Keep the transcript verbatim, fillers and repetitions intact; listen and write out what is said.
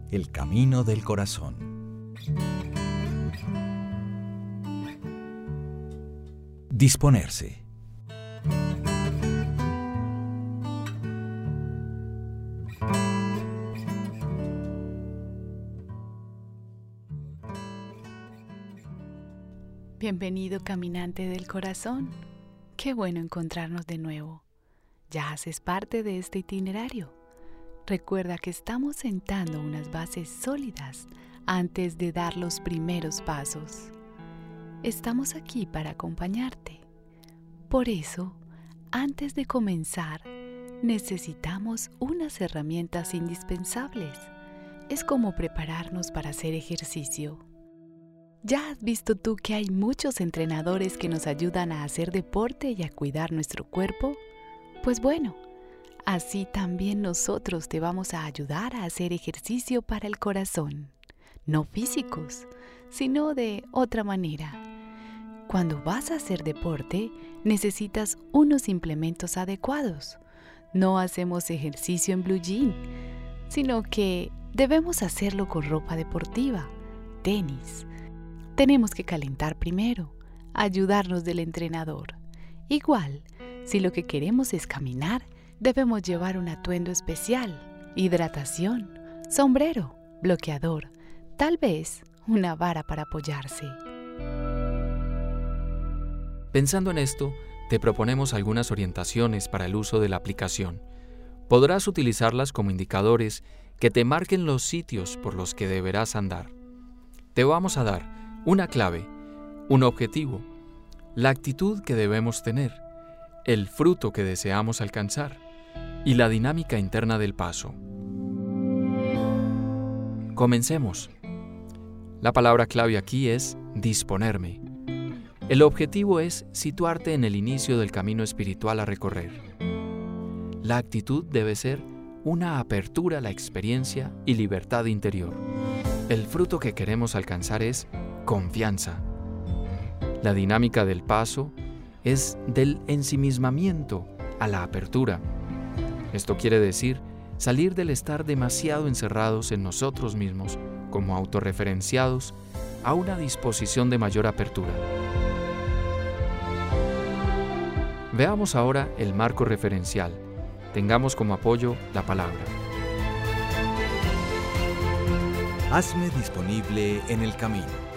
El camino del corazón. Disponerse. Bienvenido, caminante del corazón. Qué bueno encontrarnos de nuevo. Ya haces parte de este itinerario. Recuerda que estamos sentando unas bases sólidas antes de dar los primeros pasos. Estamos aquí para acompañarte. Por eso, antes de comenzar, necesitamos unas herramientas indispensables. Es como prepararnos para hacer ejercicio. ¿Ya has visto tú que hay muchos entrenadores que nos ayudan a hacer deporte y a cuidar nuestro cuerpo? Pues bueno, así también nosotros te vamos a ayudar a hacer ejercicio para el corazón. No físicos, sino de otra manera. Cuando vas a hacer deporte, necesitas unos implementos adecuados. No hacemos ejercicio en blue jean, sino que debemos hacerlo con ropa deportiva, tenis. Tenemos que calentar primero, ayudarnos del entrenador. Igual, si lo que queremos es caminar, debemos llevar un atuendo especial, hidratación, sombrero, bloqueador, tal vez una vara para apoyarse. Pensando en esto, te proponemos algunas orientaciones para el uso de la aplicación. Podrás utilizarlas como indicadores que te marquen los sitios por los que deberás andar. Te vamos a dar una clave, un objetivo, la actitud que debemos tener, el fruto que deseamos alcanzar y la dinámica interna del paso. Comencemos. La palabra clave aquí es disponerme. El objetivo es situarte en el inicio del camino espiritual a recorrer. La actitud debe ser una apertura a la experiencia y libertad interior. El fruto que queremos alcanzar es confianza. La dinámica del paso es del ensimismamiento a la apertura. Esto quiere decir salir del estar demasiado encerrados en nosotros mismos, como autorreferenciados, a una disposición de mayor apertura. Veamos ahora el marco referencial. Tengamos como apoyo la palabra. Hazme disponible en el camino.